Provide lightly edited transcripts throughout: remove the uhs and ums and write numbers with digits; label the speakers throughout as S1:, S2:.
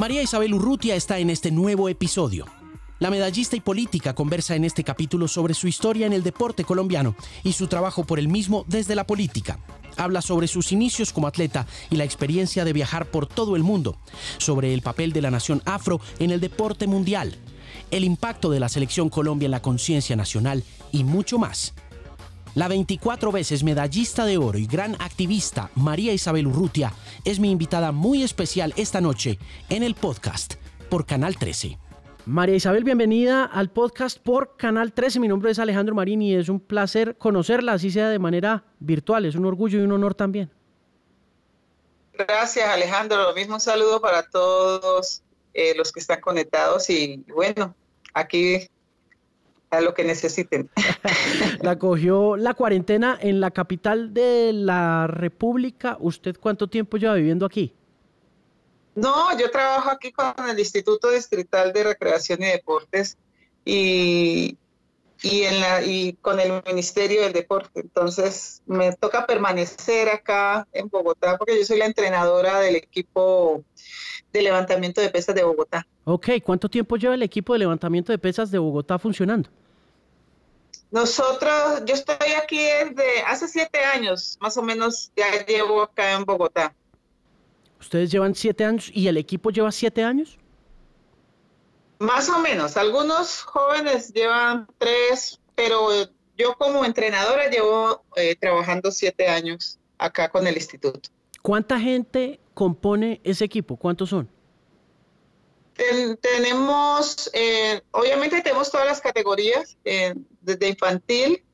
S1: María Isabel Urrutia está en este nuevo episodio. La medallista y política conversa en este capítulo sobre su historia en el deporte colombiano y su trabajo por el mismo desde la política. Habla sobre sus inicios como atleta y la experiencia de viajar por todo el mundo, sobre el papel de la nación afro en el deporte mundial, el impacto de la selección Colombia en la conciencia nacional y mucho más. La 24 veces medallista de oro y gran activista María Isabel Urrutia es mi invitada muy especial esta noche en el podcast por Canal 13. María Isabel, bienvenida al podcast por Canal 13. Mi nombre es Alejandro Marín y es un placer conocerla, así sea de manera virtual. Es un orgullo y un honor también.
S2: Gracias, Alejandro. Lo mismo, un saludo para todos los que están conectados y bueno, aquí a lo que necesiten.
S1: La cogió la cuarentena en la capital de la República. ¿Usted cuánto tiempo lleva viviendo aquí?
S2: No, yo trabajo aquí con el Instituto Distrital de Recreación y Deportes y con el Ministerio del Deporte. Entonces me toca permanecer acá en Bogotá porque yo soy la entrenadora del equipo de levantamiento de pesas de Bogotá.
S1: Ok, ¿cuánto tiempo lleva el equipo de levantamiento de pesas de Bogotá funcionando?
S2: Yo estoy aquí desde hace 7 años, más o menos ya llevo acá en Bogotá.
S1: ¿Ustedes llevan 7 años y el equipo lleva 7 años?
S2: Más o menos, algunos jóvenes llevan 3, pero yo como entrenadora llevo trabajando 7 años acá con el instituto.
S1: ¿Cuánta gente compone ese equipo? ¿Cuántos son?
S2: Tenemos, obviamente tenemos todas las categorías, desde infantil,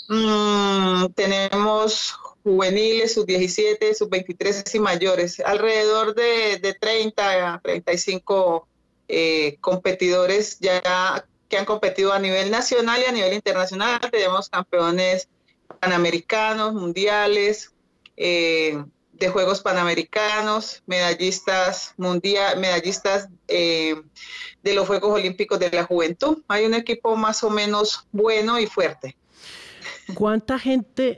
S2: tenemos juveniles, sub-17, sub-23 y mayores, alrededor de 30 a 35 competidores ya que han competido a nivel nacional y a nivel internacional. Tenemos campeones panamericanos, mundiales, de Juegos Panamericanos, medallistas medallistas de los Juegos Olímpicos de la Juventud. Hay un equipo más o menos bueno y fuerte.
S1: ¿Cuánta gente,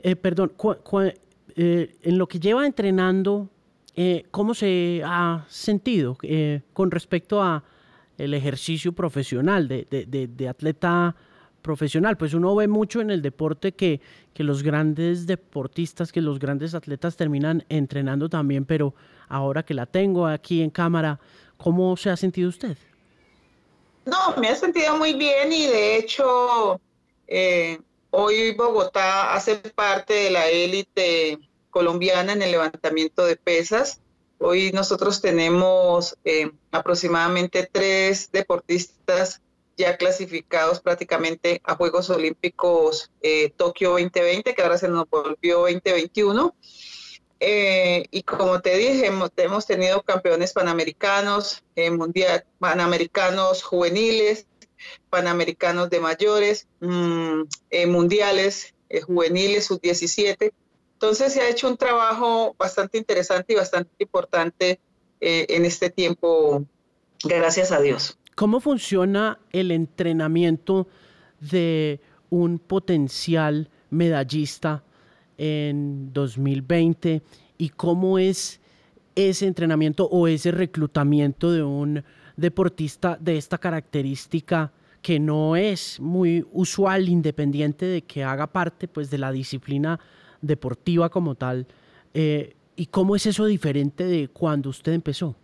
S1: en lo que lleva entrenando, cómo se ha sentido con respecto a el ejercicio profesional de atleta profesional? Pues uno ve mucho en el deporte que los grandes deportistas, que los grandes atletas terminan entrenando también, pero ahora que la tengo aquí en cámara, ¿cómo se ha sentido usted?
S2: No, me he sentido muy bien y de hecho hoy Bogotá hace parte de la élite colombiana en el levantamiento de pesas. Hoy nosotros tenemos aproximadamente 3 deportistas ya clasificados prácticamente a Juegos Olímpicos Tokio 2020, que ahora se nos volvió 2021. Y como te dije, hemos tenido campeones panamericanos, panamericanos juveniles, panamericanos de mayores, mundiales juveniles, sub-17. Entonces se ha hecho un trabajo bastante interesante y bastante importante en este tiempo, gracias a Dios.
S1: ¿Cómo funciona el entrenamiento de un potencial medallista en 2020 y cómo es ese entrenamiento o ese reclutamiento de un deportista de esta característica que no es muy usual, independiente de que haga parte pues de la disciplina deportiva como tal, y cómo es eso diferente de cuando usted empezó?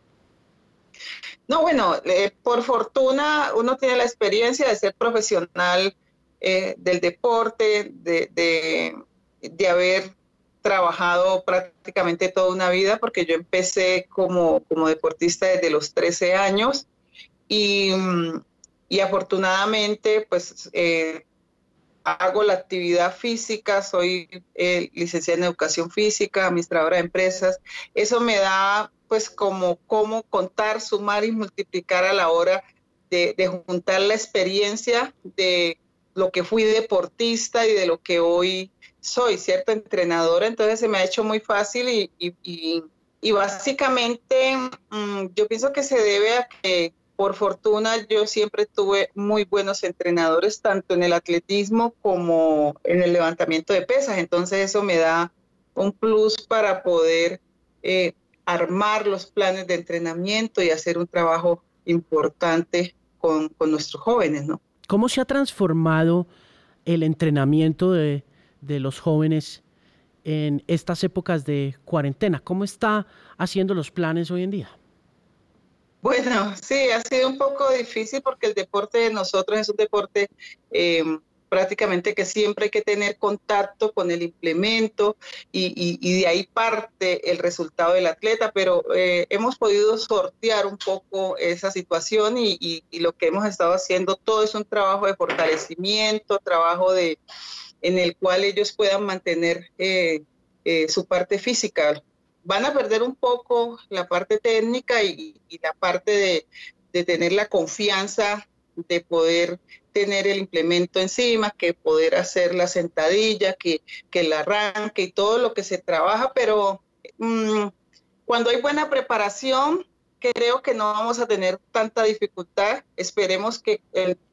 S2: No, bueno, por fortuna uno tiene la experiencia de ser profesional del deporte, de haber trabajado prácticamente toda una vida, porque yo empecé como deportista desde los 13 años y afortunadamente pues hago la actividad física, soy licenciada en educación física, administradora de empresas. Eso me da pues como cómo contar, sumar y multiplicar a la hora de juntar la experiencia de lo que fui deportista y de lo que hoy soy, ¿cierto? Entrenadora. Entonces se me ha hecho muy fácil y básicamente yo pienso que se debe a que por fortuna yo siempre tuve muy buenos entrenadores, tanto en el atletismo como en el levantamiento de pesas. Entonces eso me da un plus para poder armar los planes de entrenamiento y hacer un trabajo importante con nuestros jóvenes, ¿no?
S1: ¿Cómo se ha transformado el entrenamiento de los jóvenes en estas épocas de cuarentena? ¿Cómo está haciendo los planes hoy en día?
S2: Bueno, sí, ha sido un poco difícil porque el deporte de nosotros es un deporte prácticamente que siempre hay que tener contacto con el implemento y de ahí parte el resultado del atleta, pero hemos podido sortear un poco esa situación y lo que hemos estado haciendo todo es un trabajo de fortalecimiento, en el cual ellos puedan mantener su parte física. Van a perder un poco la parte técnica y la parte de tener la confianza de poder tener el implemento encima, que poder hacer la sentadilla, que el arranque y todo lo que se trabaja, pero cuando hay buena preparación, creo que no vamos a tener tanta dificultad. Esperemos que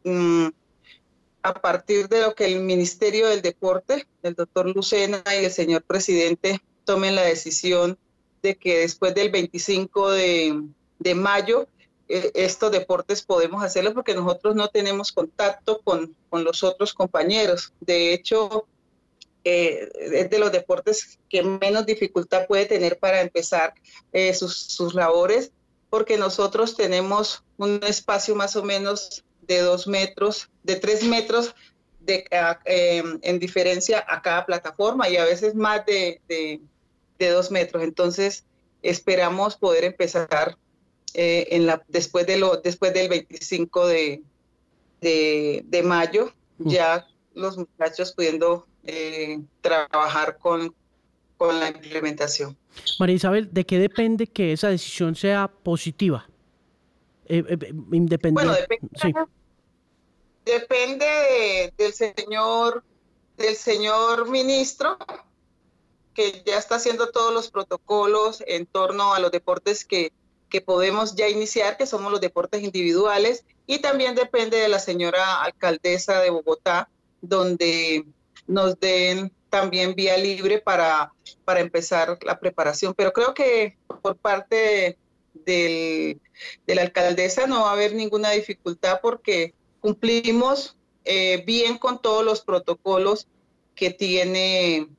S2: a partir de lo que el Ministerio del Deporte, el doctor Lucena y el señor presidente tomen la decisión de que después del 25 de mayo estos deportes podemos hacerlos porque nosotros no tenemos contacto con los otros compañeros. De hecho, es de los deportes que menos dificultad puede tener para empezar sus labores, porque nosotros tenemos un espacio más o menos de 2 metros, de 3 metros en diferencia a cada plataforma y a veces más de 2 metros. Entonces, esperamos poder empezar después del 25 de mayo, ya los muchachos pudiendo trabajar con la implementación.
S1: María Isabel, ¿de qué depende que esa decisión sea positiva? Independiente.
S2: Bueno,
S1: sí.
S2: Depende del señor ministro, que ya está haciendo todos los protocolos en torno a los deportes que podemos ya iniciar, que somos los deportes individuales, y también depende de la señora alcaldesa de Bogotá, donde nos den también vía libre para empezar la preparación. Pero creo que por parte de la alcaldesa no va a haber ninguna dificultad porque cumplimos bien con todos los protocolos que tiene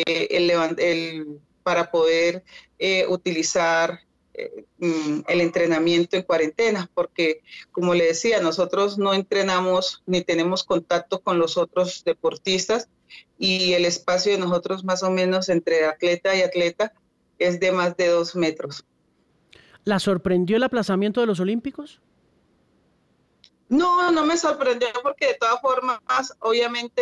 S2: para poder utilizar el entrenamiento en cuarentena, porque como le decía, nosotros no entrenamos ni tenemos contacto con los otros deportistas y el espacio de nosotros más o menos entre atleta y atleta es de más de 2 metros.
S1: ¿La sorprendió el aplazamiento de los Olímpicos?
S2: No, no me sorprendió porque de todas formas, obviamente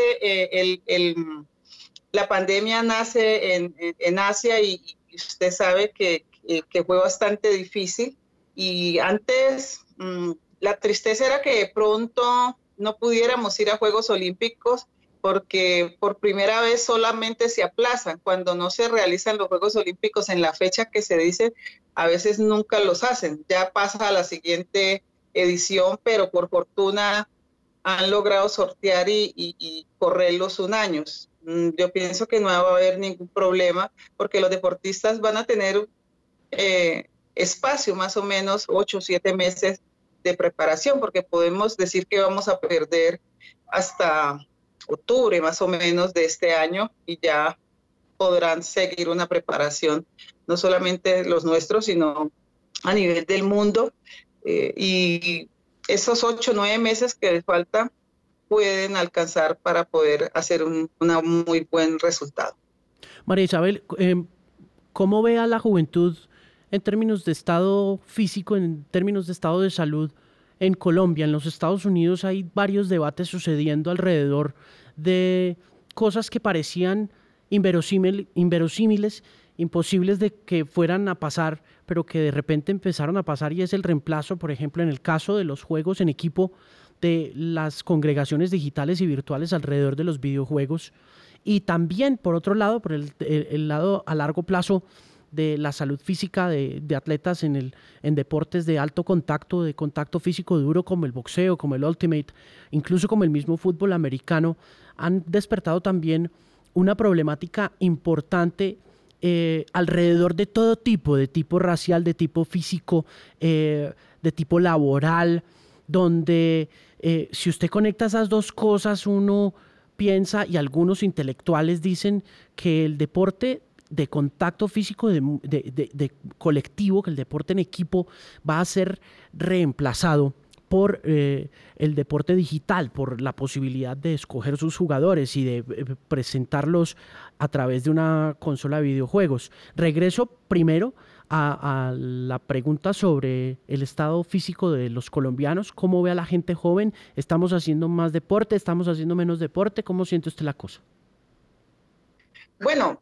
S2: la pandemia nace en Asia y usted sabe que fue bastante difícil y antes la tristeza era que de pronto no pudiéramos ir a Juegos Olímpicos porque por primera vez solamente se aplazan. Cuando no se realizan los Juegos Olímpicos en la fecha que se dice, a veces nunca los hacen. Ya pasa a la siguiente edición, pero por fortuna han logrado sortear y correrlos un año. Yo pienso que no va a haber ningún problema porque los deportistas van a tener espacio más o menos 8 o 7 meses de preparación, porque podemos decir que vamos a perder hasta octubre más o menos de este año y ya podrán seguir una preparación, no solamente los nuestros, sino a nivel del mundo. Y esos 8 o 9 meses que les faltan pueden alcanzar para poder hacer un muy buen resultado.
S1: María Isabel, ¿cómo ve a la juventud en términos de estado físico, en términos de estado de salud en Colombia? En los Estados Unidos hay varios debates sucediendo alrededor de cosas que parecían inverosímiles, imposibles de que fueran a pasar, pero que de repente empezaron a pasar, y es el reemplazo, por ejemplo, en el caso de los juegos en equipo, de las congregaciones digitales y virtuales alrededor de los videojuegos, y también, por otro lado, por el lado a largo plazo de la salud física de atletas en deportes de alto contacto, de contacto físico duro como el boxeo, como el ultimate, incluso como el mismo fútbol americano, han despertado también una problemática importante alrededor de todo tipo, de tipo racial, de tipo físico, de tipo laboral, donde si usted conecta esas dos cosas, uno piensa, y algunos intelectuales dicen que el deporte de contacto físico, de colectivo, que el deporte en equipo va a ser reemplazado por el deporte digital, por la posibilidad de escoger sus jugadores y de presentarlos a través de una consola de videojuegos. Regreso primero a la pregunta sobre el estado físico de los colombianos. ¿Cómo ve a la gente joven? ¿Estamos haciendo más deporte? ¿Estamos haciendo menos deporte? ¿Cómo siente usted la cosa?
S2: Bueno,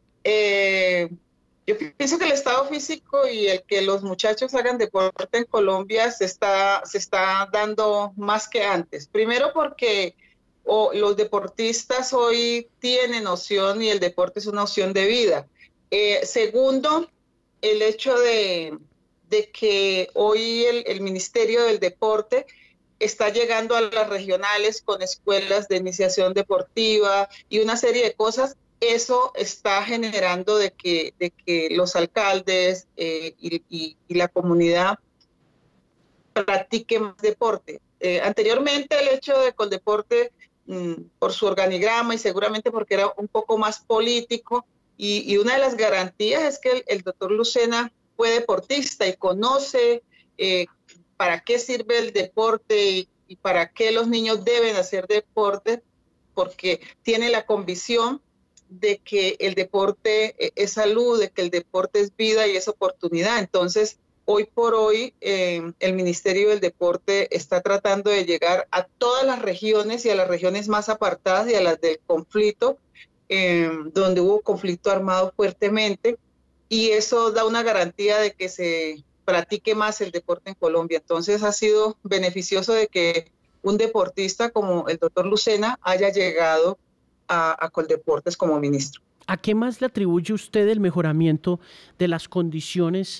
S2: yo pienso que el estado físico y el que los muchachos hagan deporte en Colombia se está dando más que antes. Primero porque los deportistas hoy tienen opción y el deporte es una opción de vida. Segundo, el hecho de que hoy el Ministerio del Deporte está llegando a las regionales con escuelas de iniciación deportiva y una serie de cosas. Eso está generando de que los alcaldes y la comunidad practiquen más deporte. Anteriormente el hecho de Coldeporte, por su organigrama y seguramente porque era un poco más político, y una de las garantías es que el doctor Lucena fue deportista y conoce para qué sirve el deporte y para qué los niños deben hacer deporte, porque tiene la convicción de que el deporte es salud, de que el deporte es vida y es oportunidad. Entonces, hoy por hoy, el Ministerio del Deporte está tratando de llegar a todas las regiones y a las regiones más apartadas y a las del conflicto, donde hubo conflicto armado fuertemente, y eso da una garantía de que se practique más el deporte en Colombia. Entonces, ha sido beneficioso de que un deportista como el doctor Lucena haya llegado a Coldeportes como ministro.
S1: ¿A qué más le atribuye usted el mejoramiento de las condiciones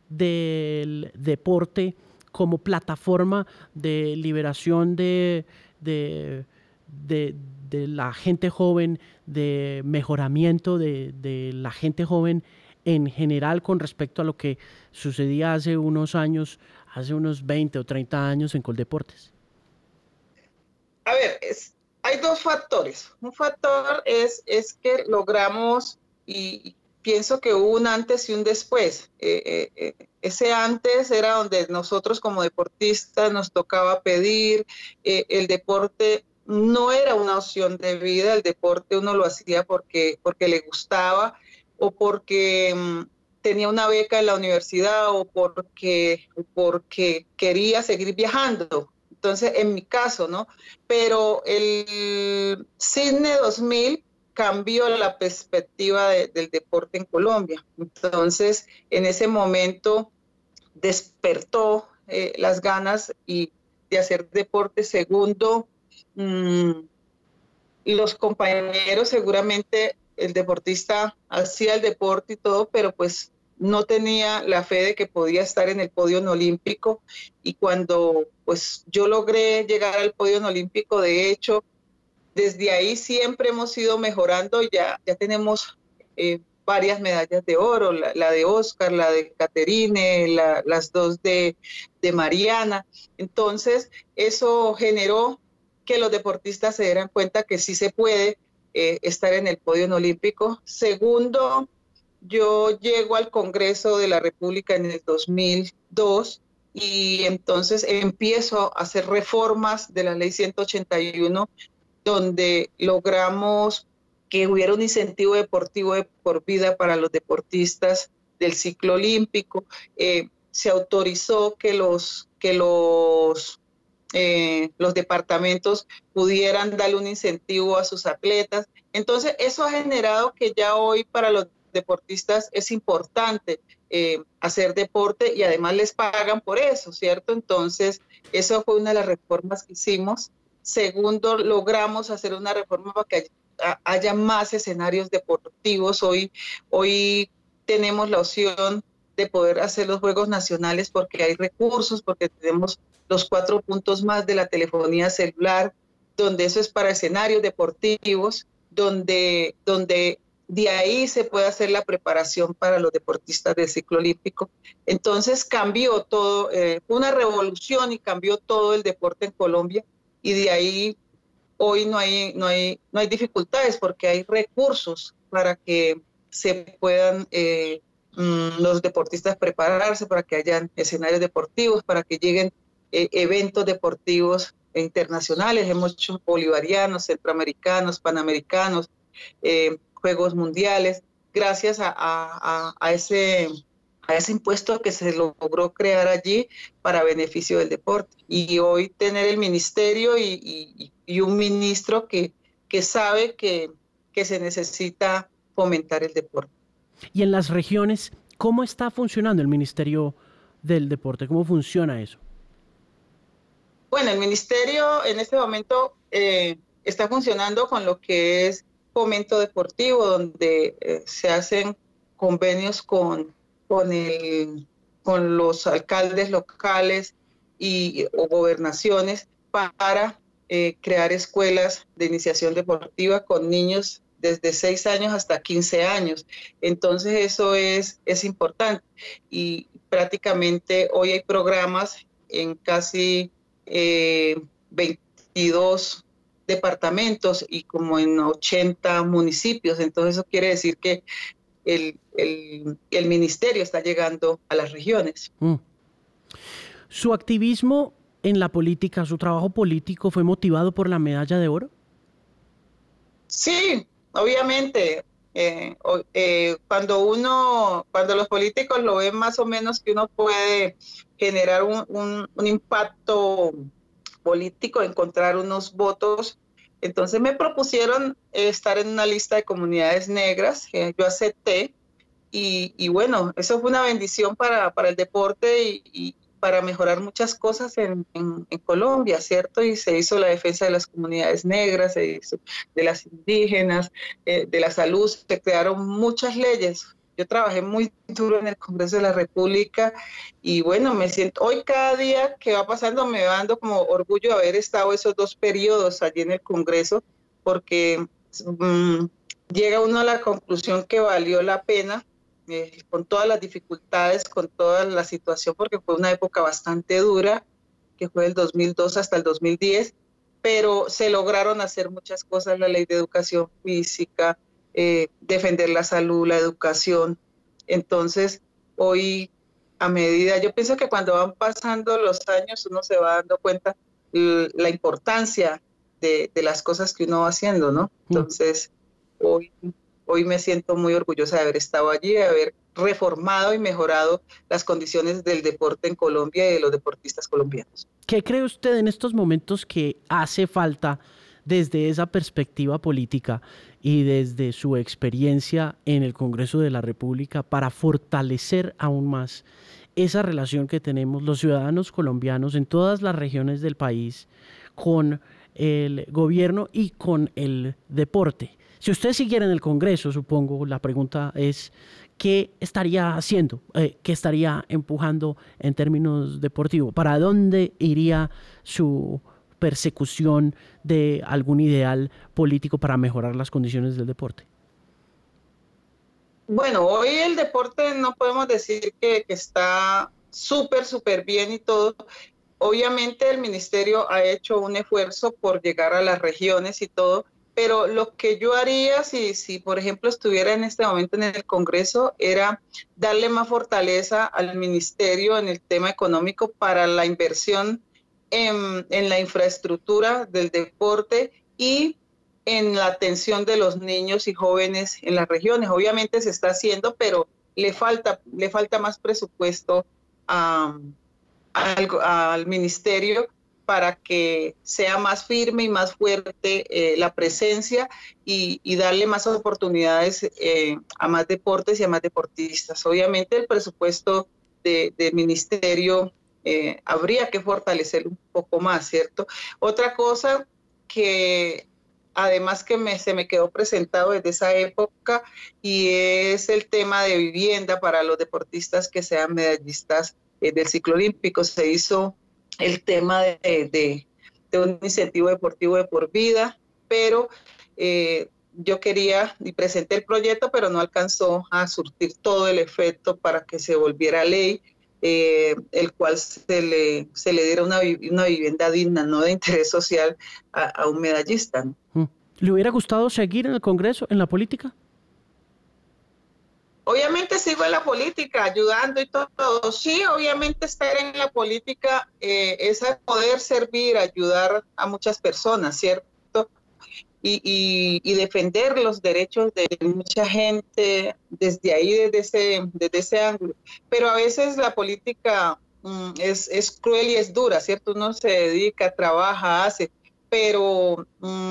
S1: del deporte como plataforma de liberación de la gente joven, de mejoramiento de la gente joven en general con respecto a lo que sucedía hace unos años, hace unos 20 o 30 años en Coldeportes?
S2: A ver, hay dos factores. Un factor es que logramos, y pienso que hubo un antes y un después. Ese antes era donde nosotros como deportistas nos tocaba pedir, el deporte no era una opción de vida, el deporte uno lo hacía porque le gustaba o porque tenía una beca en la universidad o porque quería seguir viajando. Entonces, en mi caso, ¿no? Pero el Sydney 2000 cambió la perspectiva del deporte en Colombia. Entonces, en ese momento despertó las ganas de hacer deporte. Segundo, los compañeros, seguramente el deportista hacía el deporte y todo, pero pues no tenía la fe de que podía estar en el podio olímpico, y cuando pues yo logré llegar al podio olímpico, de hecho, desde ahí siempre hemos ido mejorando. Ya tenemos varias medallas de oro, la de Oscar, la de Caterine, las dos de Mariana. Entonces, eso generó que los deportistas se dieran cuenta que sí se puede estar en el podio olímpico. Segundo, yo llego al Congreso de la República en el 2002 y entonces empiezo a hacer reformas de la Ley 181, donde logramos que hubiera un incentivo deportivo de por vida para los deportistas del ciclo olímpico. Se autorizó que los departamentos pudieran darle un incentivo a sus atletas. Entonces, eso ha generado que ya hoy para los deportistas es importante hacer deporte y además les pagan por eso, ¿cierto? Entonces, eso fue una de las reformas que hicimos. Segundo, logramos hacer una reforma para que haya más escenarios deportivos. Hoy tenemos la opción de poder hacer los Juegos Nacionales porque hay recursos, porque tenemos los 4 puntos más de la telefonía celular, donde eso es para escenarios deportivos, donde de ahí se puede hacer la preparación para los deportistas del ciclo olímpico. Entonces cambió todo, fue una revolución y cambió todo el deporte en Colombia, y de ahí hoy no hay dificultades porque hay recursos para que se puedan los deportistas prepararse, para que hayan escenarios deportivos, para que lleguen eventos deportivos internacionales. Hemos hecho bolivarianos, centroamericanos, panamericanos, Juegos Mundiales, gracias a ese impuesto que se logró crear allí para beneficio del deporte. Y hoy tener el ministerio y un ministro que sabe que se necesita fomentar el deporte.
S1: Y en las regiones, ¿cómo está funcionando el Ministerio del Deporte? ¿Cómo funciona eso?
S2: Bueno, el ministerio en este momento está funcionando con lo que es fomento deportivo, donde se hacen convenios con los alcaldes locales o gobernaciones para crear escuelas de iniciación deportiva con niños desde 6 años hasta 15 años. Entonces eso es importante, y prácticamente hoy hay programas en casi 22 departamentos y como en 80 municipios. Entonces eso quiere decir que el ministerio está llegando a las regiones.
S1: ¿Su activismo en la política, su trabajo político fue motivado por la medalla de oro?
S2: Sí, obviamente. Cuando los políticos lo ven más o menos que uno puede generar un impacto político, encontrar unos votos, entonces me propusieron estar en una lista de comunidades negras, que yo acepté, y bueno, eso fue una bendición para el deporte y para mejorar muchas cosas en Colombia, ¿cierto? Y se hizo la defensa de las comunidades negras, se hizo de las indígenas, de la salud, se crearon muchas leyes. Yo trabajé muy duro en el Congreso de la República y bueno, me siento, hoy cada día que va pasando me va dando como orgullo haber estado esos 2 periodos allí en el Congreso, porque llega uno a la conclusión que valió la pena, con todas las dificultades, con toda la situación, porque fue una época bastante dura, que fue del 2002 hasta el 2010, pero se lograron hacer muchas cosas, la ley de educación física, defender la salud, la educación. Entonces, hoy, a medida, yo pienso que cuando van pasando los años, uno se va dando cuenta la importancia de las cosas que uno va haciendo, ¿no? Entonces, hoy me siento muy orgullosa de haber estado allí, de haber reformado y mejorado las condiciones del deporte en Colombia y de los deportistas colombianos.
S1: ¿Qué cree usted en estos momentos que hace falta desde esa perspectiva política y desde su experiencia en el Congreso de la República para fortalecer aún más esa relación que tenemos los ciudadanos colombianos en todas las regiones del país con el gobierno y con el deporte? Si usted siguiera en el Congreso, supongo, la pregunta es, ¿qué estaría haciendo? ¿Qué estaría empujando en términos deportivos? ¿Para dónde iría su persecución de algún ideal político para mejorar las condiciones del deporte?
S2: Bueno, hoy el deporte no podemos decir que está súper bien y todo. Obviamente el ministerio ha hecho un esfuerzo por llegar a las regiones y todo, pero lo que yo haría si por ejemplo estuviera en este momento en el Congreso era darle más fortaleza al ministerio en el tema económico para la inversión en la infraestructura del deporte y en la atención de los niños y jóvenes en las regiones. Obviamente se está haciendo, pero le falta más presupuesto al ministerio para que sea más firme y más fuerte la presencia y darle más oportunidades a más deportes y a más deportistas. Obviamente el presupuesto del ministerio habría que fortalecerlo un poco más, ¿cierto? Otra cosa que además que se me quedó presentado desde esa época y es el tema de vivienda para los deportistas que sean medallistas del ciclo olímpico. Se hizo el tema de un incentivo deportivo de por vida, pero yo quería y presenté el proyecto, pero no alcanzó a surtir todo el efecto para que se volviera ley, el cual se le diera una vivienda digna, no de interés social, a un medallista, ¿no?
S1: ¿Le hubiera gustado seguir en el Congreso, en la política?
S2: Obviamente sigo en la política, ayudando y todo. Sí, obviamente estar en la política es poder servir, ayudar a muchas personas, ¿cierto? Y defender los derechos de mucha gente desde ahí, desde ese ángulo. Pero a veces la política es cruel y es dura, ¿cierto? Uno se dedica, trabaja, hace, pero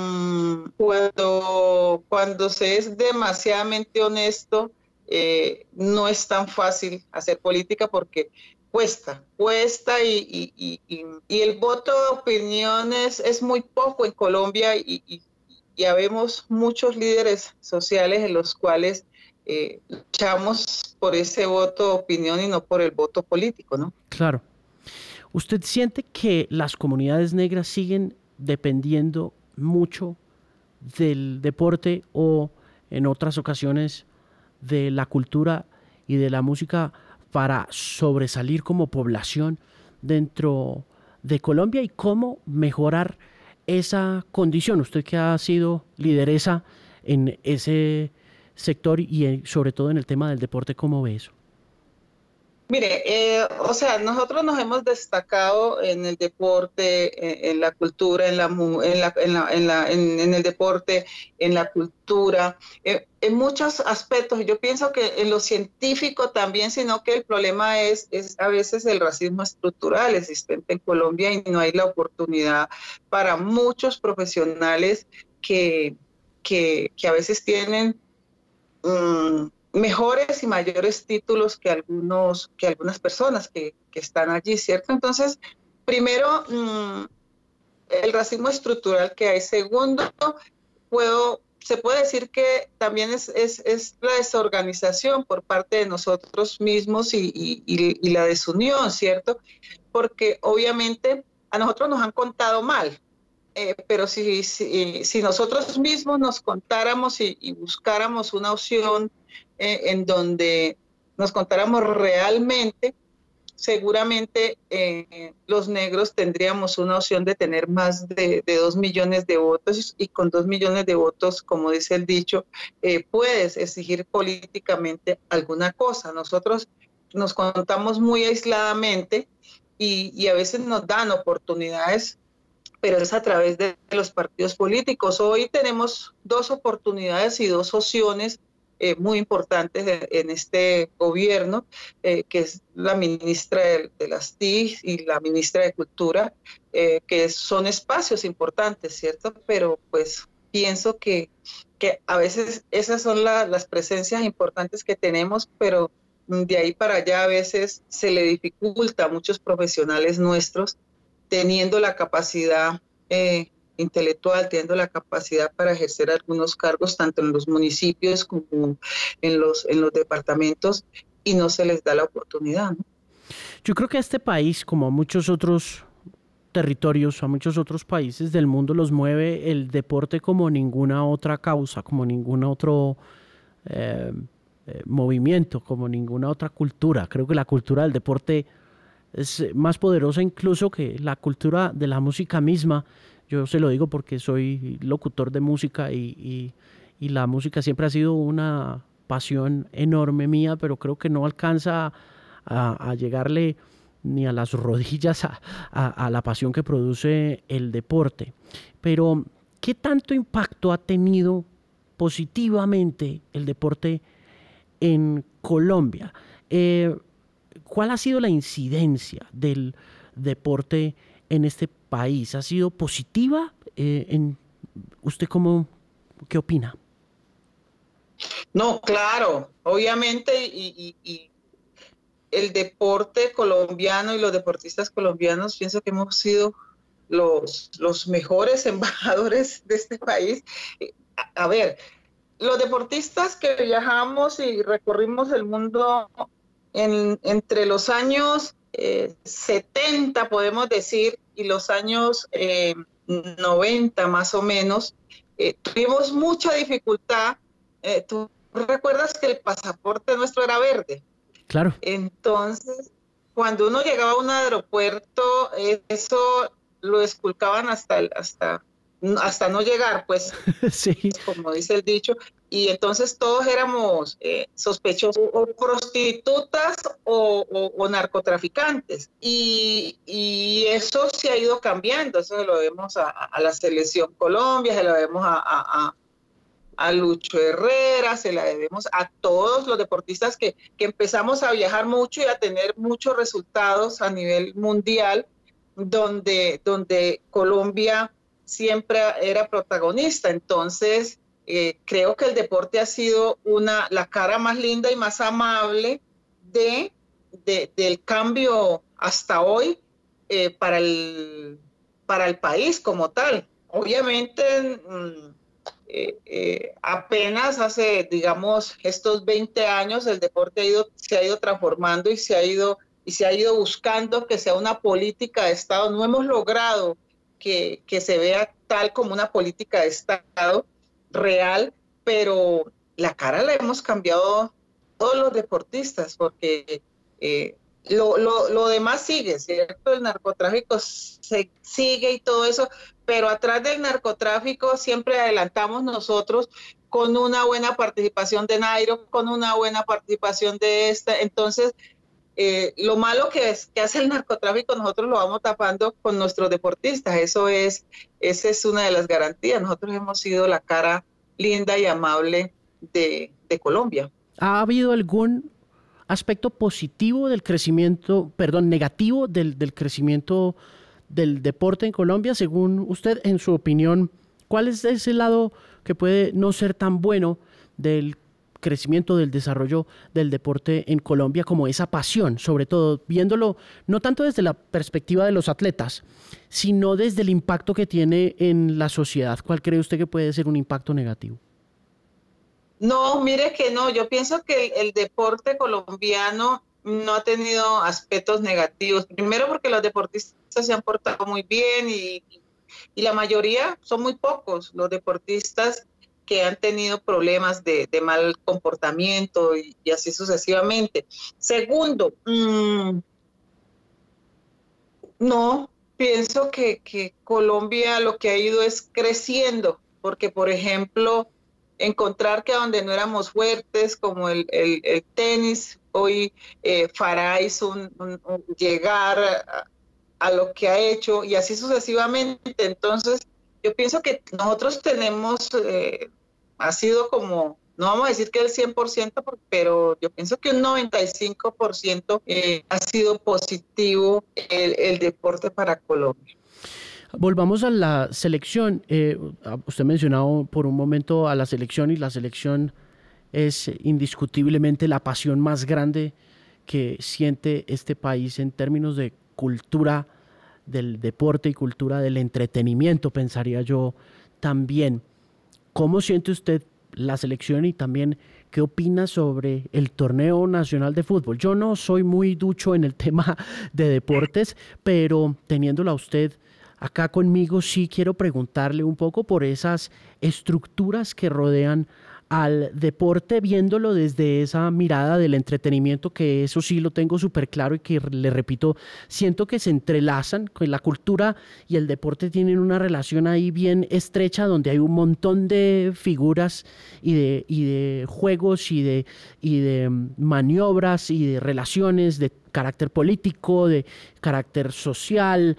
S2: cuando se es demasiadamente honesto, no es tan fácil hacer política porque cuesta y el voto de opiniones es muy poco en Colombia y habemos muchos líderes sociales en los cuales luchamos por ese voto de opinión y no por el voto político, ¿no?
S1: Claro. ¿Usted siente que las comunidades negras siguen dependiendo mucho del deporte o en otras ocasiones de la cultura y de la música para sobresalir como población dentro de Colombia, y cómo mejorar esa condición? Usted que ha sido lideresa en ese sector y sobre todo en el tema del deporte, ¿cómo ve eso?
S2: Mire, o sea, nosotros nos hemos destacado en el deporte, en la cultura, en el deporte, en la cultura, en muchos aspectos. Yo pienso que en lo científico también, sino que el problema es a veces el racismo estructural existente en Colombia y no hay la oportunidad para muchos profesionales que a veces tienen mejores y mayores títulos que algunas personas que están allí, ¿cierto? Entonces, primero, el racismo estructural que hay. Segundo, se puede decir que también es la desorganización por parte de nosotros mismos y la desunión, ¿cierto? Porque obviamente a nosotros nos han contado mal. Pero si nosotros mismos nos contáramos y buscáramos una opción en donde nos contáramos realmente, seguramente los negros tendríamos una opción de tener más de 2 millones de votos, y con 2 millones de votos, como dice el dicho, puedes exigir políticamente alguna cosa. Nosotros nos contamos muy aisladamente y a veces nos dan oportunidades, pero es a través de los partidos políticos. Hoy tenemos 2 oportunidades y 2 opciones muy importantes en este gobierno, que es la ministra de las TIC y la ministra de Cultura, que son espacios importantes, ¿cierto? Pero pues pienso que a veces esas son las presencias importantes que tenemos, pero de ahí para allá a veces se le dificulta a muchos profesionales nuestros teniendo la capacidad intelectual, teniendo la capacidad para ejercer algunos cargos tanto en los municipios como en los departamentos, y no se les da la oportunidad, ¿no?
S1: Yo creo que a este país, como a muchos otros territorios, a muchos otros países del mundo, los mueve el deporte como ninguna otra causa, como ningún otro movimiento, como ninguna otra cultura. Creo que la cultura del deporte es más poderosa incluso que la cultura de la música misma. Yo se lo digo porque soy locutor de música y la música siempre ha sido una pasión enorme mía, pero creo que no alcanza a llegarle ni a las rodillas a la pasión que produce el deporte. Pero, ¿qué tanto impacto ha tenido positivamente el deporte en Colombia? ¿Cuál ha sido la incidencia del deporte en este país? ¿Ha sido positiva? ¿Usted qué opina?
S2: No, claro, obviamente, y el deporte colombiano y los deportistas colombianos, pienso que hemos sido los mejores embajadores de este país. A ver, los deportistas que viajamos y recorrimos el mundo entre los años 70, podemos decir, y los años 90 más o menos, tuvimos mucha dificultad. Tú recuerdas que el pasaporte nuestro era verde.
S1: Claro.
S2: Entonces, cuando uno llegaba a un aeropuerto, eso lo esculcaban hasta no llegar, pues,
S1: Sí.
S2: como dice el dicho, y entonces todos éramos sospechosos o prostitutas o narcotraficantes, y eso se ha ido cambiando. Eso se lo vemos a la Selección Colombia, se lo vemos a Lucho Herrera, se la debemos a todos los deportistas que empezamos a viajar mucho y a tener muchos resultados a nivel mundial, donde Colombia siempre era protagonista. Entonces, creo que el deporte ha sido la cara más linda y más amable del cambio hasta hoy para el país como tal. Obviamente, apenas hace, digamos, estos 20 años el deporte se ha ido transformando y se ha ido buscando que sea una política de Estado. No hemos logrado que se vea tal como una política de Estado real, pero la cara la hemos cambiado todos los deportistas, porque lo demás sigue, ¿cierto? El narcotráfico sigue y todo eso, pero atrás del narcotráfico siempre adelantamos nosotros con una buena participación de Nairo, con una buena participación de esta. Entonces, lo malo que hace el narcotráfico, nosotros lo vamos tapando con nuestros deportistas. Esa es una de las garantías. Nosotros hemos sido la cara linda y amable de Colombia.
S1: ¿Ha habido algún aspecto positivo del crecimiento, negativo del crecimiento del deporte en Colombia? Según usted, en su opinión, ¿cuál es ese lado que puede no ser tan bueno del crecimiento, del desarrollo del deporte en Colombia, como esa pasión, sobre todo viéndolo no tanto desde la perspectiva de los atletas, sino desde el impacto que tiene en la sociedad? ¿Cuál cree usted que puede ser un impacto negativo?
S2: No, mire que no. Yo pienso que el deporte colombiano no ha tenido aspectos negativos. Primero porque los deportistas se han portado muy bien y la mayoría, son muy pocos los deportistas que han tenido problemas de mal comportamiento y así sucesivamente. Segundo, no, pienso que Colombia lo que ha ido es creciendo, porque por ejemplo, encontrar que donde no éramos fuertes, como el tenis, hoy Farah hizo llegar a lo que ha hecho y así sucesivamente. Entonces, yo pienso que nosotros tenemos, ha sido como, no vamos a decir que el 100%, pero yo pienso que un 95% ha sido positivo el deporte para Colombia.
S1: Volvamos a la selección. Usted mencionado por un momento a la selección, y la selección es indiscutiblemente la pasión más grande que siente este país en términos de cultura del deporte y cultura del entretenimiento, pensaría yo también. ¿Cómo siente usted la selección y también qué opina sobre el torneo nacional de fútbol? Yo no soy muy ducho en el tema de deportes, pero teniéndola usted acá conmigo, sí quiero preguntarle un poco por esas estructuras que rodean al deporte, viéndolo desde esa mirada del entretenimiento, que eso sí lo tengo súper claro y que, le repito, siento que se entrelazan, que la cultura y el deporte tienen una relación ahí bien estrecha, donde hay un montón de figuras y de juegos y de maniobras y de relaciones de carácter político, de carácter social.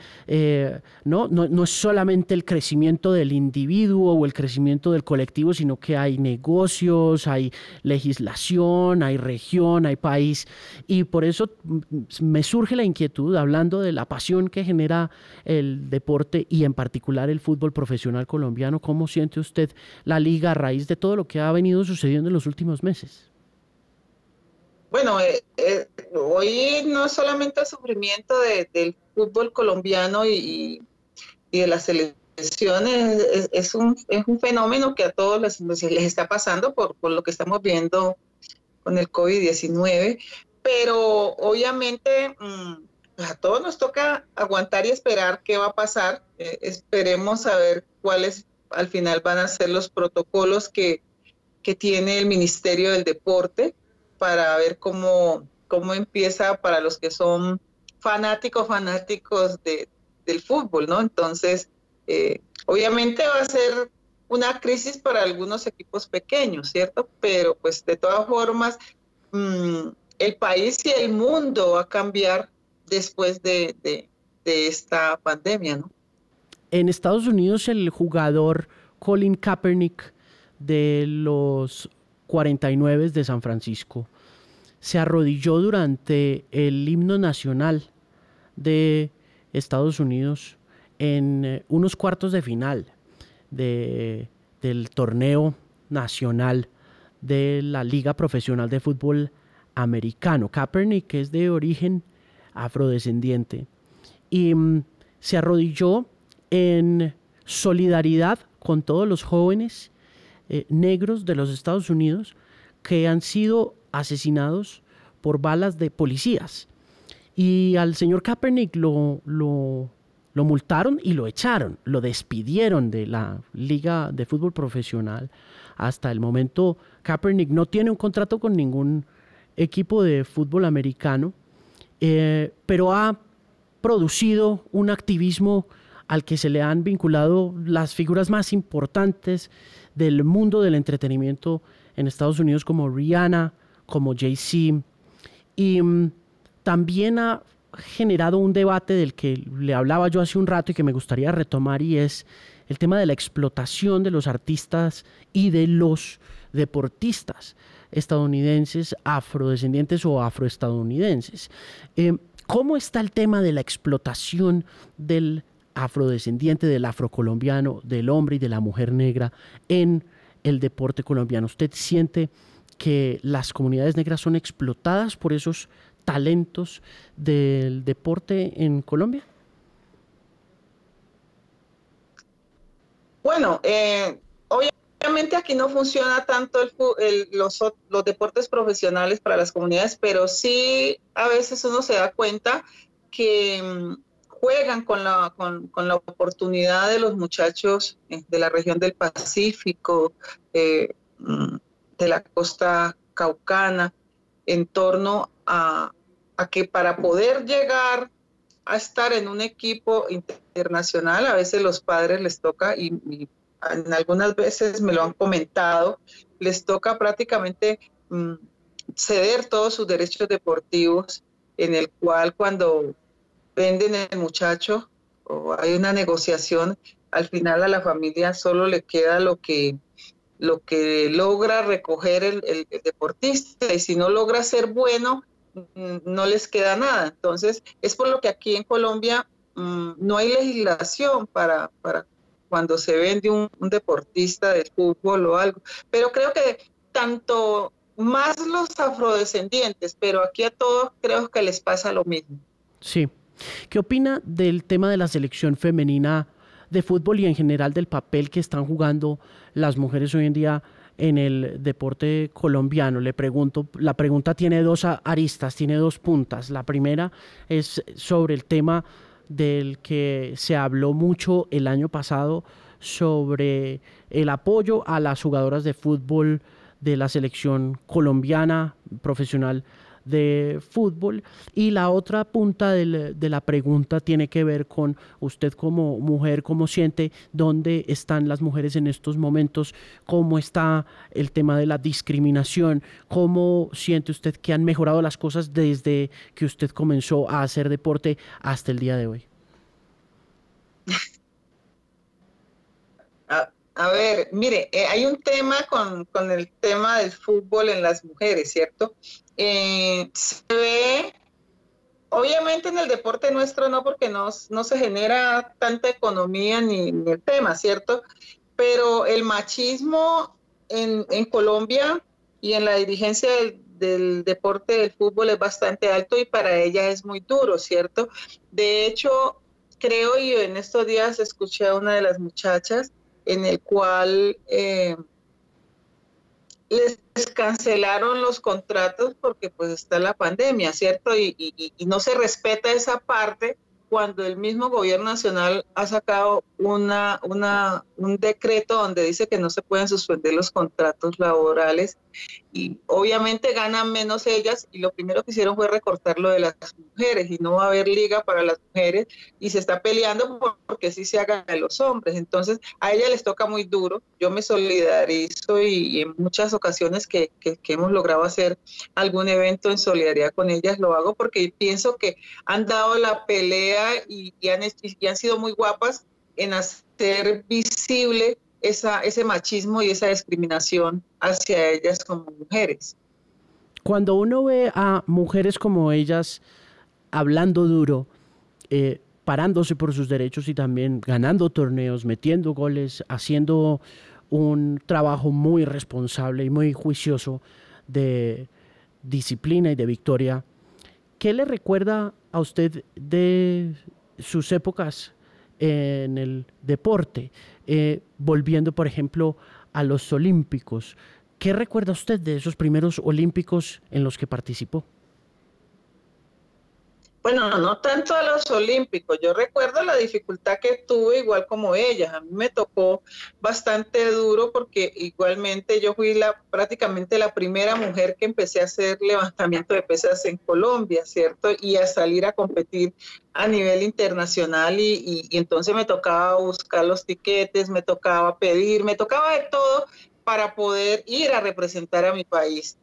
S1: No es solamente el crecimiento del individuo o el crecimiento del colectivo, sino que hay negocios, hay legislación, hay región, hay país, y por eso me surge la inquietud, hablando de la pasión que genera el deporte y en particular el fútbol profesional colombiano. ¿Cómo siente usted la liga a raíz de todo lo que ha venido sucediendo en los últimos meses?
S2: Bueno, hoy no es solamente el sufrimiento del fútbol colombiano y de las selecciones, es un fenómeno que a todos les está pasando por lo que estamos viendo con el COVID-19, pero obviamente a todos nos toca aguantar y esperar qué va a pasar. Esperemos a ver cuál es al final van a ser los protocolos que tiene el Ministerio del Deporte para ver cómo empieza para los que son fanáticos del fútbol, ¿no? Entonces, obviamente va a ser una crisis para algunos equipos pequeños, ¿cierto? Pero pues de todas formas, el país y el mundo va a cambiar después de esta pandemia, ¿no?
S1: En Estados Unidos, el jugador Colin Kaepernick de los 49 de San Francisco se arrodilló durante el himno nacional de Estados Unidos en unos cuartos de final del torneo nacional de la Liga Profesional de Fútbol Americano. Kaepernick es de origen afrodescendiente y se arrodilló en solidaridad con todos los jóvenes negros de los Estados Unidos que han sido asesinados por balas de policías. Y al señor Kaepernick lo multaron y lo echaron, lo despidieron de la Liga de Fútbol Profesional. Hasta el momento, Kaepernick no tiene un contrato con ningún equipo de fútbol americano, pero ha producido un activismo al que se le han vinculado las figuras más importantes del mundo del entretenimiento en Estados Unidos, como Rihanna, como Jay-Z, y también ha generado un debate del que le hablaba yo hace un rato y que me gustaría retomar, y es el tema de la explotación de los artistas y de los deportistas estadounidenses, afrodescendientes o afroestadounidenses. ¿Cómo está el tema de la explotación del afrodescendiente, del afrocolombiano, del hombre y de la mujer negra en el deporte colombiano? ¿Usted siente que las comunidades negras son explotadas por esos talentos del deporte en Colombia?
S2: Bueno, obviamente aquí no funciona tanto los deportes profesionales para las comunidades, pero sí a veces uno se da cuenta que juegan con la oportunidad de los muchachos de la región del Pacífico, de la costa caucana, en torno a que para poder llegar a estar en un equipo internacional, a veces los padres les toca, y en algunas veces me lo han comentado, les toca prácticamente ceder todos sus derechos deportivos, en el cual cuando venden el muchacho o hay una negociación, al final a la familia solo le queda lo que logra recoger el deportista, y si no logra ser bueno, no les queda nada. Entonces, es por lo que aquí en Colombia no hay legislación para cuando se vende un deportista de fútbol o algo. Pero creo que tanto más los afrodescendientes, pero aquí a todos creo que les pasa lo mismo.
S1: Sí. ¿Qué opina del tema de la selección femenina de fútbol y en general del papel que están jugando las mujeres hoy en día en el deporte colombiano? Le pregunto, la pregunta tiene dos aristas, tiene dos puntas. La primera es sobre el tema del que se habló mucho el año pasado, sobre el apoyo a las jugadoras de fútbol de la selección colombiana profesional de fútbol, y la otra punta de la pregunta tiene que ver con usted como mujer, cómo siente, dónde están las mujeres en estos momentos, cómo está el tema de la discriminación, cómo siente usted que han mejorado las cosas desde que usted comenzó a hacer deporte hasta el día de hoy.
S2: A ver, mire, hay un tema con el tema del fútbol en las mujeres, ¿cierto? Se ve, obviamente en el deporte nuestro no, porque no se genera tanta economía ni el tema, ¿cierto? Pero el machismo en Colombia y en la dirigencia del deporte del fútbol es bastante alto, y para ella es muy duro, ¿cierto? De hecho, creo, y en estos días escuché a una de las muchachas en el cual les cancelaron los contratos porque pues está la pandemia, ¿cierto? Y no se respeta esa parte cuando el mismo gobierno nacional ha sacado un decreto donde dice que no se pueden suspender los contratos laborales y obviamente ganan menos ellas y lo primero que hicieron fue recortar lo de las mujeres y no va a haber liga para las mujeres y se está peleando porque sí se haga de los hombres. Entonces a ella les toca muy duro, yo me solidarizo y en muchas ocasiones que hemos logrado hacer algún evento en solidaridad con ellas lo hago porque pienso que han dado la pelea y han sido muy guapas en hacer visible ese machismo y esa discriminación hacia ellas como mujeres.
S1: Cuando uno ve a mujeres como ellas hablando duro, parándose por sus derechos y también ganando torneos, metiendo goles, haciendo un trabajo muy responsable y muy juicioso de disciplina y de victoria, ¿qué le recuerda a usted de sus épocas en el deporte? Volviendo, por ejemplo, a los Olímpicos. ¿Qué recuerda usted de esos primeros Olímpicos en los que participó?
S2: Bueno, no tanto a los Olímpicos. Yo recuerdo la dificultad que tuve igual como ellas. A mí me tocó bastante duro porque igualmente yo fui prácticamente la primera mujer que empecé a hacer levantamiento de pesas en Colombia, ¿cierto? Y a salir a competir a nivel internacional y entonces me tocaba buscar los tiquetes, me tocaba pedir, me tocaba de todo para poder ir a representar a mi país.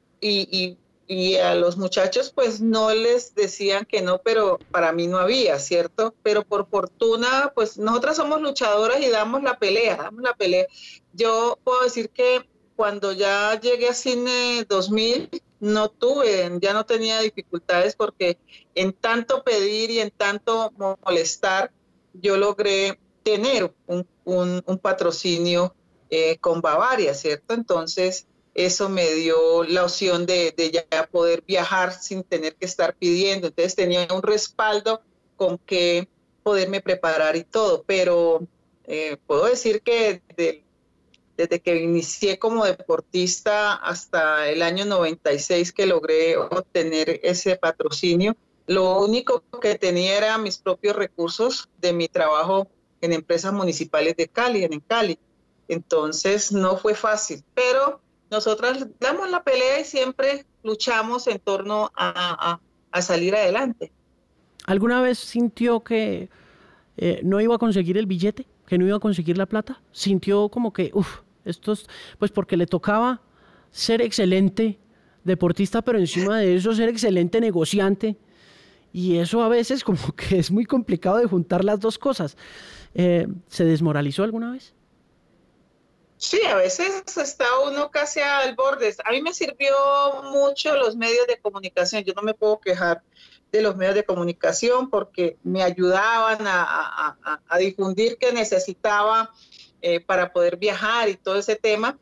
S2: Y a los muchachos pues no les decían que no, pero para mí no había, ¿cierto? Pero por fortuna pues nosotras somos luchadoras y damos la pelea, damos la pelea. Yo puedo decir que cuando ya llegué a Cine 2000 ya no tenía dificultades porque en tanto pedir y en tanto molestar, yo logré tener un patrocinio con Bavaria, ¿cierto? Entonces eso me dio la opción de ya poder viajar sin tener que estar pidiendo. Entonces tenía un respaldo con que poderme preparar y todo. Pero puedo decir que desde que inicié como deportista hasta el año 96 que logré obtener ese patrocinio, lo único que tenía era mis propios recursos de mi trabajo en empresas municipales de Cali, en Cali. Entonces no fue fácil, pero nosotras damos la pelea y siempre luchamos en torno a salir adelante.
S1: ¿Alguna vez sintió que no iba a conseguir el billete, que no iba a conseguir la plata? ¿Sintió como que, pues porque le tocaba ser excelente deportista, pero encima de eso ser excelente negociante? Y eso a veces como que es muy complicado de juntar las dos cosas. ¿Se desmoralizó alguna vez?
S2: Sí, a veces está uno casi al borde. A mí me sirvió mucho los medios de comunicación. Yo no me puedo quejar de los medios de comunicación porque me ayudaban a difundir que necesitaba para poder viajar y todo ese tema.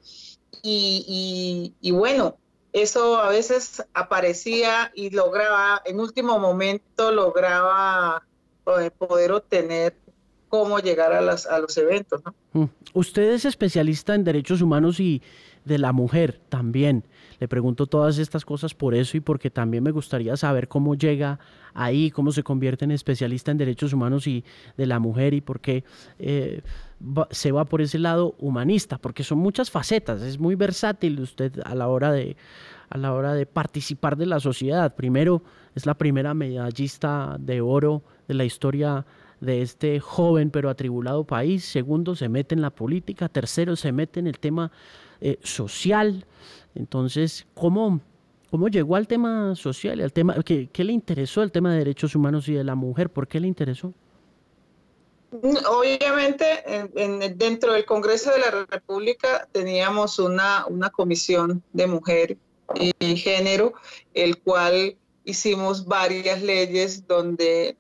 S2: Y bueno, eso a veces aparecía y lograba, en último momento lograba poder obtener cómo llegar a los eventos, ¿no?
S1: Usted es especialista en derechos humanos y de la mujer también. Le pregunto todas estas cosas por eso y porque también me gustaría saber cómo llega ahí, cómo se convierte en especialista en derechos humanos y de la mujer y por qué se va por ese lado humanista, porque son muchas facetas, es muy versátil usted a la hora de participar de la sociedad. Primero, es la primera medallista de oro de la historia de este joven pero atribulado país. Segundo, se mete en la política. Tercero, se mete en el tema social. Entonces, ¿cómo llegó al tema social? Al tema, ¿qué le interesó el tema de derechos humanos y de la mujer? ¿Por qué le interesó?
S2: Obviamente, dentro del Congreso de la República teníamos una comisión de mujer y género, el cual hicimos varias leyes donde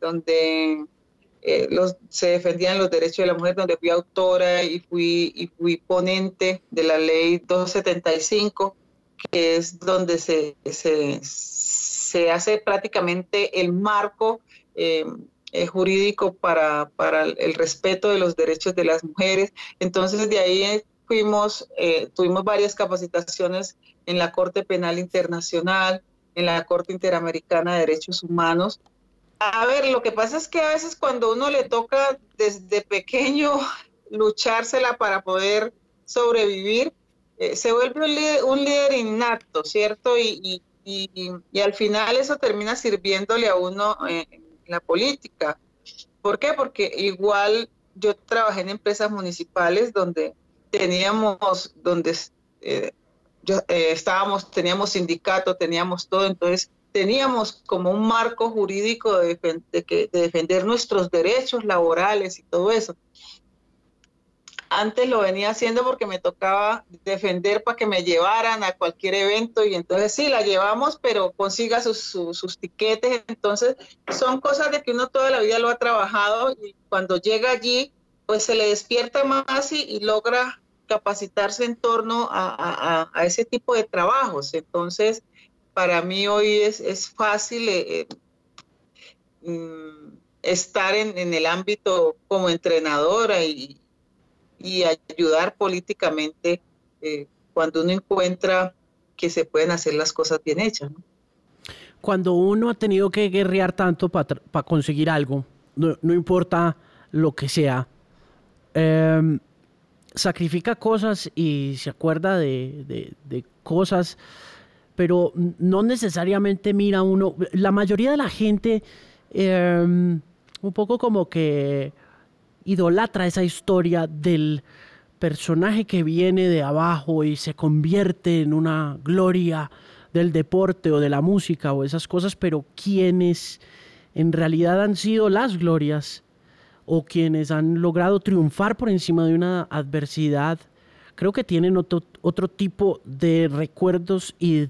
S2: se defendían los derechos de la mujer, donde fui autora y fui ponente de la ley 275, que es donde se hace prácticamente el marco jurídico para el respeto de los derechos de las mujeres. Entonces de ahí tuvimos varias capacitaciones en la Corte Penal Internacional, en la Corte Interamericana de Derechos Humanos, A ver, lo que pasa es que a veces cuando uno le toca desde pequeño luchársela para poder sobrevivir, se vuelve un líder innato, ¿cierto? Y al final eso termina sirviéndole a uno en la política. ¿Por qué? Porque igual yo trabajé en empresas municipales donde donde eh, teníamos sindicato, teníamos todo, entonces teníamos como un marco jurídico de defender nuestros derechos laborales y todo eso. Antes lo venía haciendo porque me tocaba defender para que me llevaran a cualquier evento y entonces sí, la llevamos, pero consiga sus tiquetes. Entonces son cosas de que uno toda la vida lo ha trabajado y cuando llega allí, pues se le despierta más y logra capacitarse en torno a ese tipo de trabajos. Entonces, para mí hoy es fácil estar en el ámbito como entrenadora y ayudar políticamente cuando uno encuentra que se pueden hacer las cosas bien hechas, ¿no?
S1: Cuando uno ha tenido que guerrear tanto para conseguir algo, no importa lo que sea, sacrifica cosas y se acuerda de cosas, pero no necesariamente mira uno. La mayoría de la gente un poco como que idolatra esa historia del personaje que viene de abajo y se convierte en una gloria del deporte o de la música o esas cosas, pero quienes en realidad han sido las glorias o quienes han logrado triunfar por encima de una adversidad, creo que tienen otro tipo de recuerdos y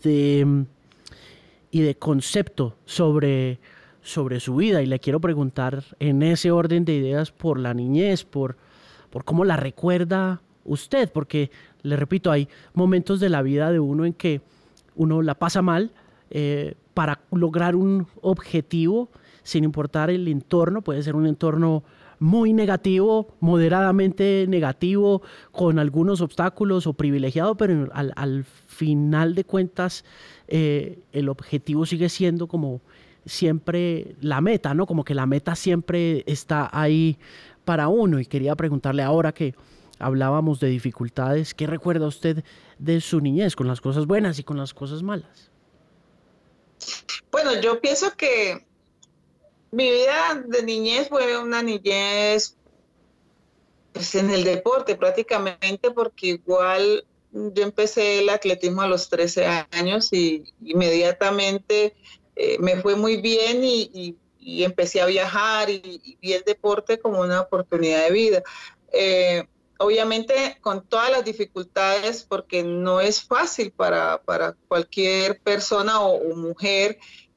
S1: de concepto sobre su vida. Y le quiero preguntar en ese orden de ideas por la niñez, por cómo la recuerda usted, porque le repito, hay momentos de la vida de uno en que uno la pasa mal para lograr un objetivo sin importar el entorno. Puede ser un entorno muy negativo, moderadamente negativo, con algunos obstáculos o privilegiado, pero al final de cuentas el objetivo sigue siendo como siempre la meta, ¿no? Como que la meta siempre está ahí para uno. Y quería preguntarle, ahora que hablábamos de dificultades, ¿qué recuerda usted de su niñez, con las cosas buenas y con las cosas malas?
S2: Bueno, yo pienso que mi vida de niñez fue una niñez pues, en el deporte prácticamente, porque igual yo empecé el atletismo a los 13 años y inmediatamente me fue muy bien y empecé a viajar y vi el deporte como una oportunidad de vida. Obviamente con todas las dificultades, porque no es fácil para cualquier persona o mujer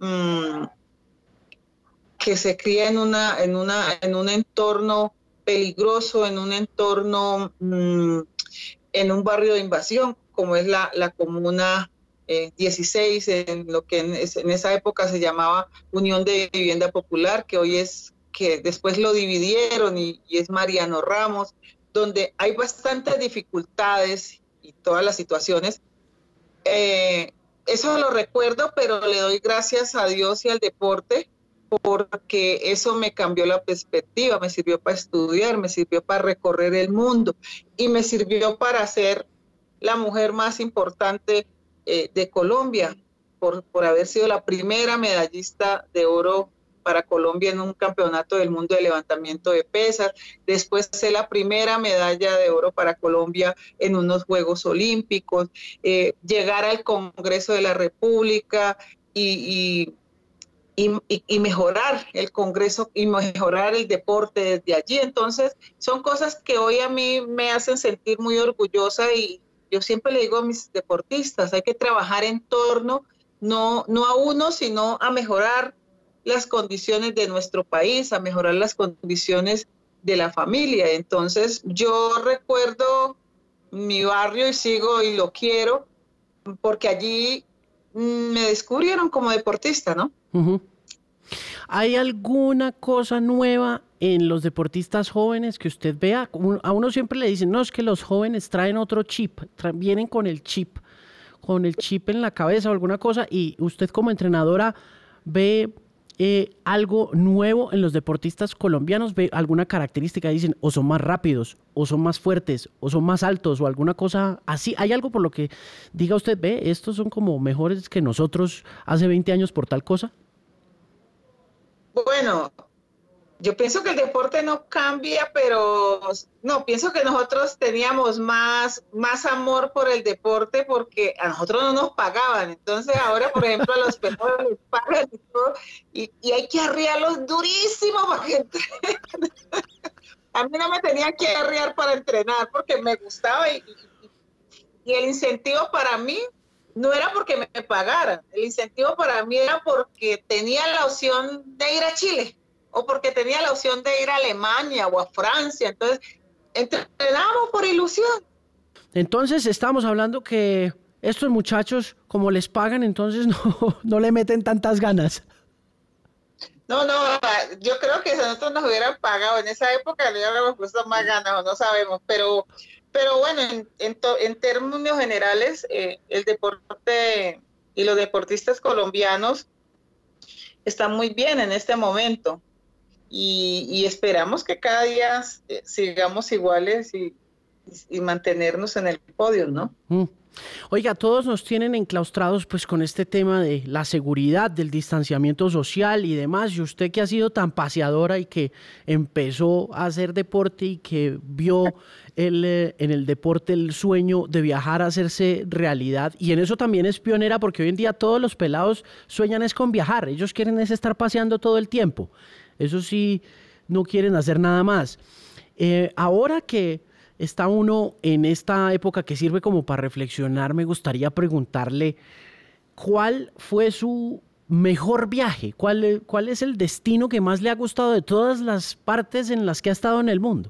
S2: que se cría en un entorno peligroso, en un entorno, en un barrio de invasión, como es la comuna 16, en lo que en esa época se llamaba Unión de Vivienda Popular, que hoy es, que después lo dividieron y es Mariano Ramos, donde hay bastantes dificultades y todas las situaciones. Eso lo recuerdo, pero le doy gracias a Dios y al deporte, porque eso me cambió la perspectiva, me sirvió para estudiar, me sirvió para recorrer el mundo y me sirvió para ser la mujer más importante de Colombia, por haber sido la primera medallista de oro para Colombia en un campeonato del mundo de levantamiento de pesas. Después ser la primera medalla de oro para Colombia en unos Juegos Olímpicos, llegar al Congreso de la República y mejorar el Congreso y mejorar el deporte desde allí. Entonces, son cosas que hoy a mí me hacen sentir muy orgullosa y yo siempre le digo a mis deportistas, hay que trabajar en torno, no a uno, sino a mejorar las condiciones de nuestro país, a mejorar las condiciones de la familia. Entonces, yo recuerdo mi barrio y sigo y lo quiero porque allí me descubrieron como deportista, ¿no?
S1: Uh-huh. ¿Hay alguna cosa nueva en los deportistas jóvenes que usted vea? A uno siempre le dicen, no, es que los jóvenes traen otro chip, vienen con el chip en la cabeza o alguna cosa, y usted como entrenadora ve algo nuevo en los deportistas colombianos? ¿Ve alguna característica? Dicen, o son más rápidos, o son más fuertes, o son más altos, o alguna cosa así. ¿Hay algo por lo que diga usted, ve, estos son como mejores que nosotros hace 20 años por tal cosa?
S2: Bueno, yo pienso que el deporte no cambia, pero no, pienso que nosotros teníamos más amor por el deporte porque a nosotros no nos pagaban. Entonces ahora, por ejemplo, a los pelados les pagan y todo, y hay que arriarlos durísimo para que entrenen. A mí no me tenían que arriar para entrenar porque me gustaba y el incentivo para mí no era porque me pagaran, el incentivo para mí era porque tenía la opción de ir a Chile o porque tenía la opción de ir a Alemania o a Francia. Entonces, entrenábamos por ilusión.
S1: Entonces estamos hablando que estos muchachos, como les pagan, entonces no le meten tantas ganas.
S2: No, yo creo que si nosotros nos hubieran pagado en esa época, le hubiéramos puesto más ganas, o no sabemos, pero bueno, en términos generales, el deporte y los deportistas colombianos están muy bien en este momento y esperamos que cada día sigamos iguales y mantenernos en el podio, ¿no?
S1: Oiga, todos nos tienen enclaustrados pues con este tema de la seguridad, del distanciamiento social y demás, y usted que ha sido tan paseadora y que empezó a hacer deporte y que vio en el deporte el sueño de viajar a hacerse realidad, y en eso también es pionera porque hoy en día todos los pelados sueñan es con viajar, ellos quieren es estar paseando todo el tiempo, eso sí, no quieren hacer nada más. Ahora que está uno en esta época que sirve como para reflexionar, me gustaría preguntarle ¿cuál fue su mejor viaje? ¿Cuál es el destino que más le ha gustado de todas las partes en las que ha estado en el mundo?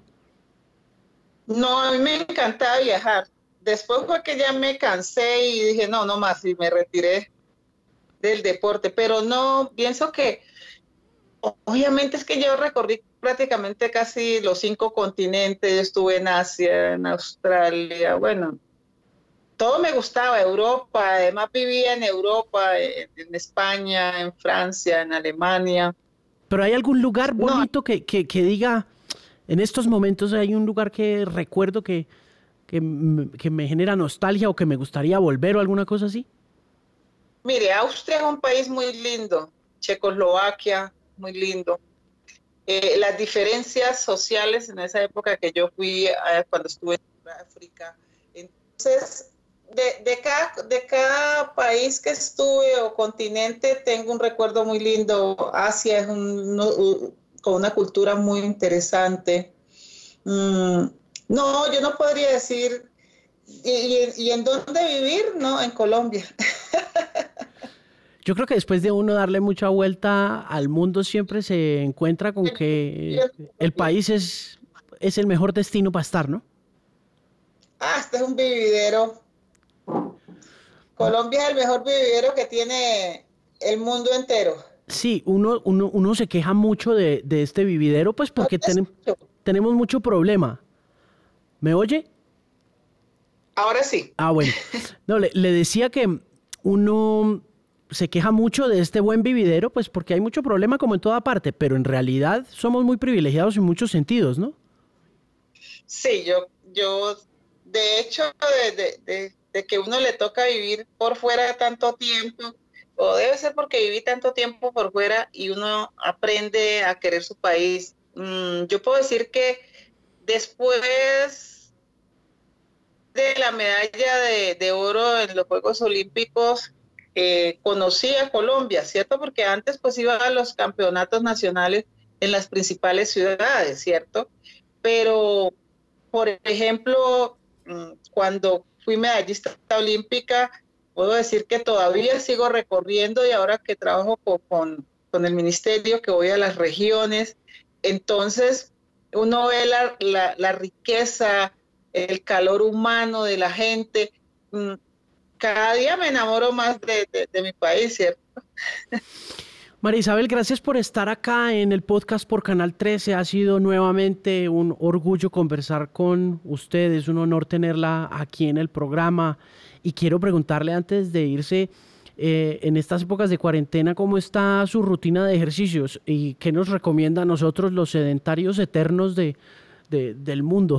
S2: No, a mí me encantaba viajar. Después fue que ya me cansé y dije, no más, y me retiré del deporte. Pero no, pienso que obviamente es que yo recorrí prácticamente casi los 5 continentes, estuve en Asia, en Australia, bueno, todo me gustaba, Europa, además vivía en Europa, en España, en Francia, en Alemania.
S1: ¿Pero hay algún lugar
S2: No,
S1: bonito que diga, en estos momentos hay un lugar que recuerdo que me genera nostalgia o que me gustaría volver o alguna cosa así?
S2: mire, Austria es un país muy lindo, Checoslovaquia, muy lindo. Las diferencias sociales en esa época que yo fui, cuando estuve en África. Entonces, de cada país que estuve o continente tengo un recuerdo muy lindo. Asia es con una cultura muy interesante. No, yo no podría decir. ¿Y en dónde vivir? No, en Colombia.
S1: Yo creo que después de uno darle mucha vuelta al mundo siempre se encuentra con que el país es el mejor destino para estar, ¿no?
S2: Este es un vividero. Colombia es el mejor vividero que tiene el mundo entero.
S1: Sí, uno se queja mucho de este vividero, pues
S2: No
S1: porque
S2: te escucho.
S1: tenemos mucho problema. ¿Me oye?
S2: Ahora sí.
S1: Ah, bueno. No, le decía que uno se queja mucho de este buen vividero, pues porque hay mucho problema como en toda parte, pero en realidad somos muy privilegiados en muchos sentidos, ¿no?
S2: Sí, yo de hecho, de que uno le toca vivir por fuera tanto tiempo, o debe ser porque viví tanto tiempo por fuera y uno aprende a querer su país. Yo puedo decir que después de la medalla de oro en los Juegos Olímpicos, conocí a Colombia, ¿cierto? Porque antes pues iba a los campeonatos nacionales en las principales ciudades, ¿cierto? Pero, por ejemplo, cuando fui medallista olímpica, puedo decir que todavía sigo recorriendo y ahora que trabajo con el ministerio, que voy a las regiones, entonces uno ve la riqueza, el calor humano de la gente. Cada día me enamoro más de mi país, ¿cierto?
S1: María Isabel, gracias por estar acá en el podcast por Canal 13. Ha sido nuevamente un orgullo conversar con usted. Es un honor tenerla aquí en el programa. Y quiero preguntarle antes de irse, en estas épocas de cuarentena, ¿cómo está su rutina de ejercicios? ¿Y qué nos recomienda a nosotros los sedentarios eternos del mundo?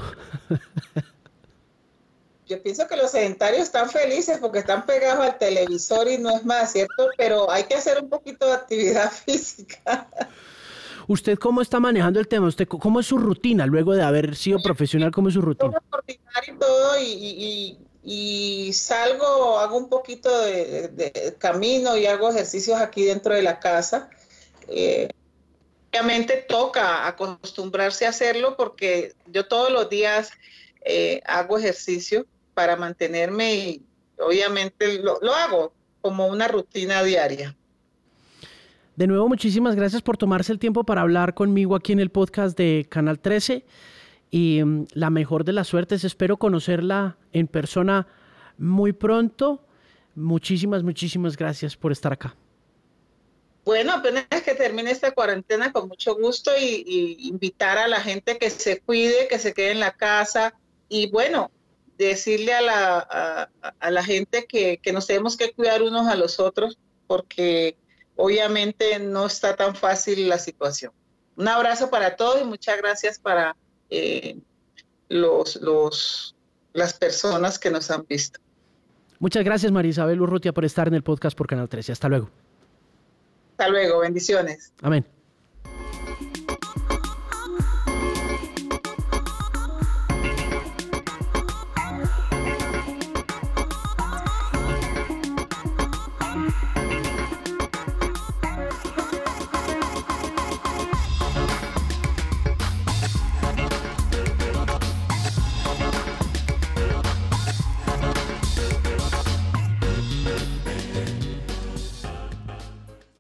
S2: Yo pienso que los sedentarios están felices porque están pegados al televisor y no es más, ¿cierto? Pero hay que hacer un poquito de actividad física.
S1: ¿Usted cómo está manejando el tema? ¿Usted cómo es su rutina luego de haber sido profesional? ¿Cómo es su rutina?
S2: Todo coordinar y todo y salgo, hago un poquito de camino y hago ejercicios aquí dentro de la casa. Obviamente toca acostumbrarse a hacerlo porque yo todos los días hago ejercicio para mantenerme y obviamente lo hago como una rutina diaria.
S1: De nuevo, muchísimas gracias por tomarse el tiempo para hablar conmigo aquí en el podcast de Canal 13 y la mejor de las suertes. Espero conocerla en persona muy pronto. Muchísimas gracias por estar acá.
S2: Bueno, apenas que termine esta cuarentena, con mucho gusto y invitar a la gente que se cuide, que se quede en la casa y bueno, decirle a la gente que nos tenemos que cuidar unos a los otros porque obviamente no está tan fácil la situación. Un abrazo para todos y muchas gracias para las personas que nos han visto.
S1: Muchas gracias, María Isabel Urrutia, por estar en el podcast por Canal 13. Hasta luego.
S2: Hasta luego, bendiciones.
S1: Amén.